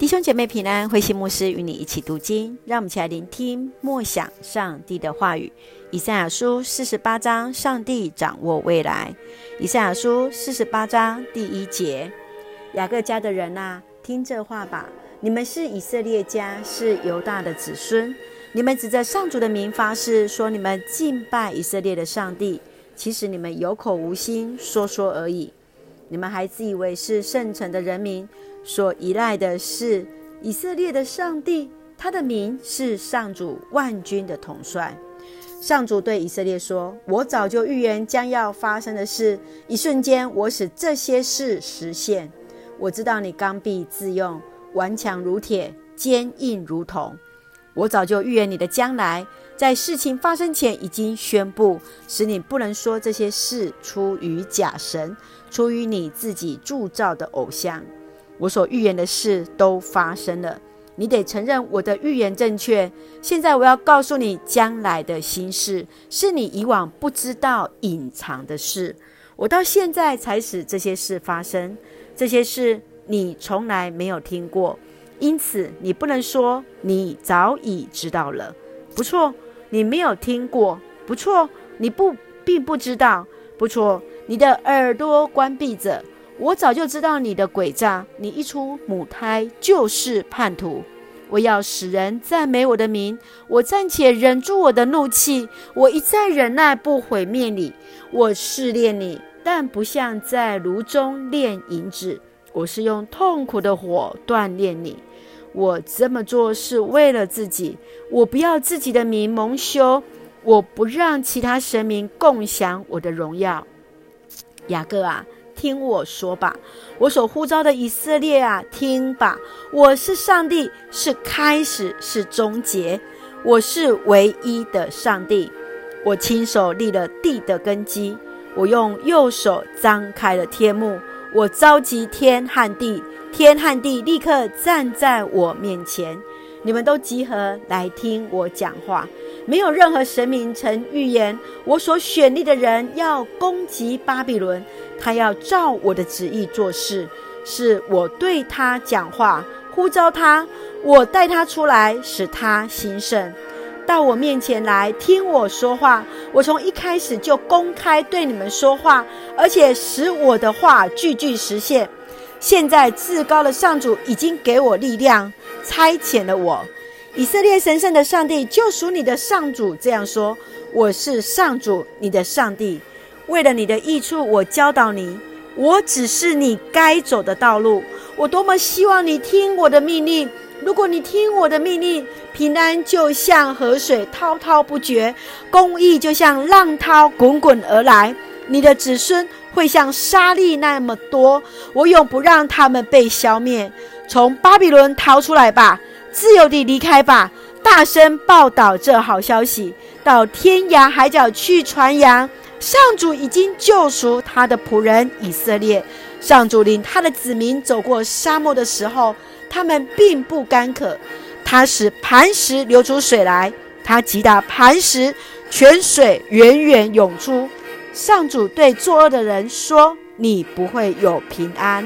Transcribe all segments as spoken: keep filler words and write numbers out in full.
弟兄姐妹平安，慧馨牧师与你一起读经，让我们一起来聆听默想上帝的话语。以赛亚书四十八章，上帝掌握未来。以赛亚书四十八章第一节，雅各家的人啊，听这话吧，你们是以色列家，是犹大的子孙，你们指着上主的名发誓，说你们敬拜以色列的上帝，其实你们有口无心，说说而已。你们还自以为是圣城的人民，所依赖的是以色列的上帝，他的名是上主万军的统帅。上主对以色列说，我早就预言将要发生的事，一瞬间我使这些事实现。我知道你刚愎自用，顽强如铁，坚硬如铜。我早就预言你的将来，在事情发生前已经宣布，使你不能说这些事出于假神，出于你自己铸造的偶像。我所预言的事都发生了，你得承认我的预言正确。现在我要告诉你将来的新事，是你以往不知道隐藏的事。我到现在才使这些事发生，这些事你从来没有听过，因此你不能说你早已知道了。不错，你没有听过，不错，你不并不知道，不错，你的耳朵关闭着。我早就知道你的诡诈，你一出母胎就是叛徒。我要使人赞美我的名，我暂且忍住我的怒气，我一再忍耐不毁灭你。我试炼你，但不像在炉中炼银子，我是用痛苦的火锻炼你。我这么做是为了自己，我不要自己的名蒙羞，我不让其他神明共享我的荣耀。雅各啊，听我说吧，我所呼召的以色列啊，听吧，我是上帝，是开始，是终结，我是唯一的上帝。我亲手立了地的根基，我用右手张开了天幕，我召集天和地，天和地立刻站在我面前。你们都集合来听我讲话。没有任何神明曾预言我所选立的人要攻击巴比伦，他要照我的旨意做事，是我对他讲话，呼召他，我带他出来，使他兴盛。到我面前来听我说话，我从一开始就公开对你们说话，而且使我的话句句实现。现在至高的上主已经给我力量，差遣了我。以色列神圣的上帝，救赎你的上主这样说，我是上主你的上帝，为了你的益处我教导你，我指示你该走的道路。我多么希望你听我的命令，如果你听我的命令，平安就像河水滔滔不绝，公义就像浪涛滚滚而来，你的子孙会像沙粒那么多，我永不让他们被消灭。从巴比伦逃出来吧，自由地离开吧，大声报道这好消息，到天涯海角去传扬，上主已经救赎他的仆人以色列。上主领他的子民走过沙漠的时候，他们并不干渴，他使磐石流出水来，他击打磐石，泉水源源涌出。上主对作恶的人说，你不会有平安。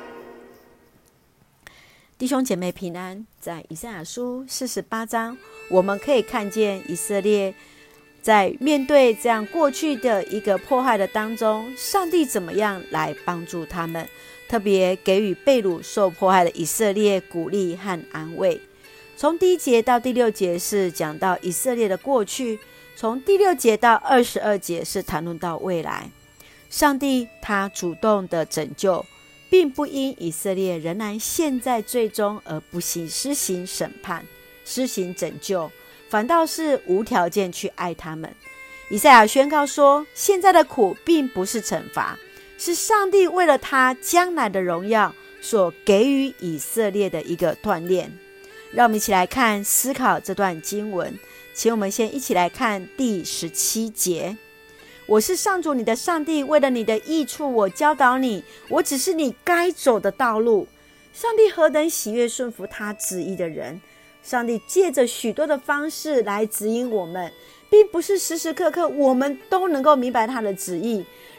弟兄姐妹平安，在以赛亚书四十八章，我们可以看见以色列在面对这样过去的一个迫害的当中，上帝怎么样来帮助他们，特别给予被掳受迫害的以色列鼓励和安慰。从第一节到第六节是讲到以色列的过去，从第六节到二十二节是谈论到未来。上帝他主动的拯救，并不因以色列仍然陷在罪中而不行施行审判、施行拯救，反倒是无条件去爱他们。以赛亚宣告说，现在的苦并不是惩罚，是上帝为了他将来的荣耀所给予以色列的一个锻炼。让我们一起来看思考这段经文，请我们先一起来看第十七节。我是上主你的上帝，为了你的益处我教导你，我指示你该走的道路。上帝何等喜悦顺服他旨意的人，上帝借着许多的方式来指引我们，并不是时时刻刻我们都能够明白他的旨意。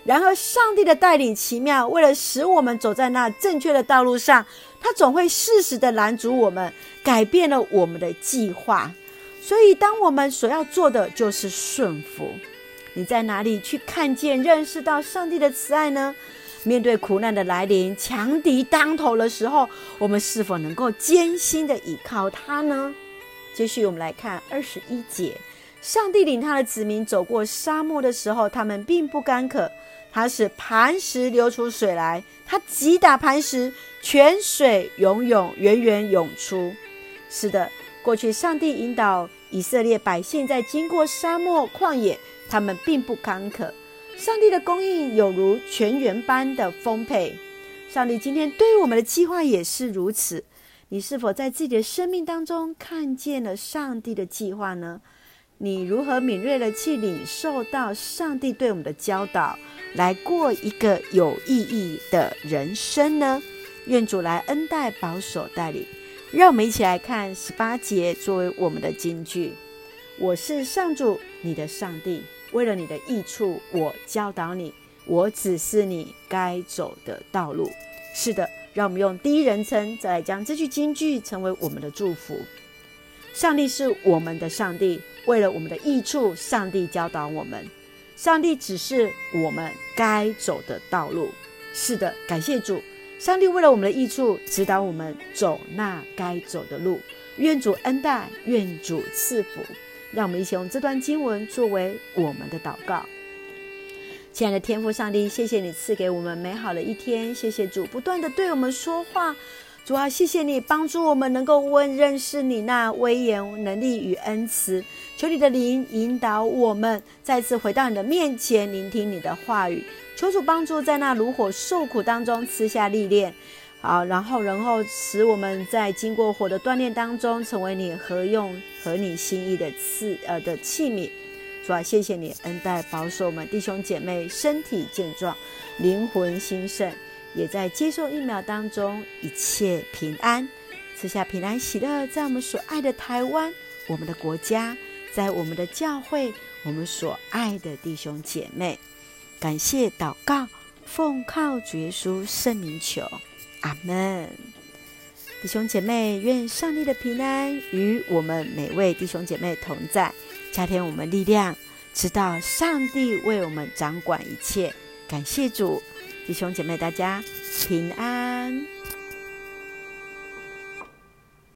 然而上帝的带领奇妙，为了使我们走在那正确的道路上，他总会适时的拦阻我们，改变了我们的计划。所以当我们所要做的就是顺服。你在哪里去看见认识到上帝的慈爱呢？面对苦难的来临，强敌当头的时候，我们是否能够艰辛的倚靠他呢？继续我们来看二十一节，上帝领他的子民走过沙漠的时候，他们并不干渴，他使磐石流出水来，他击打磐石，泉水涌涌源源涌出。是的，过去上帝引导以色列百姓在经过沙漠旷野，他们并不干渴，上帝的供应有如泉源般的丰沛。上帝今天对我们的计划也是如此。你是否在自己的生命当中看见了上帝的计划呢？你如何敏锐的去领受到上帝对我们的教导，来过一个有意义的人生呢？愿主来恩待保守带领。让我们一起来看十八节作为我们的金句。我是上主你的上帝，为了你的益处，我教导你，我指示你该走的道路。是的，让我们用第一人称再来将这句金句成为我们的祝福。上帝是我们的上帝，为了我们的益处，上帝教导我们，上帝指示我们该走的道路。是的，感谢主，上帝为了我们的益处，指导我们走那该走的路。愿主恩待，愿主赐福。让我们一起用这段经文作为我们的祷告。亲爱的天父上帝，谢谢你赐给我们美好的一天，谢谢主不断的对我们说话。主啊，谢谢你帮助我们能够问认识你那威严、能力与恩慈。求你的灵引导我们再次回到你的面前，聆听你的话语。求主帮助在那炉火受苦当中赐下历练，好，然后然后使我们在经过火的锻炼当中，成为你合用合你心意的赐呃的器皿。主啊，谢谢你恩待保守我们弟兄姐妹身体健壮，灵魂兴盛，也在接受疫苗当中一切平安，赐下平安喜乐，在我们所爱的台湾，我们的国家，在我们的教会，我们所爱的弟兄姐妹。感谢祷告，奉靠主耶稣圣名求，阿们。弟兄姐妹，愿上帝的平安与我们每位弟兄姐妹同在，加添我们力量，知道上帝为我们掌管一切。感谢主，弟兄姐妹大家平安。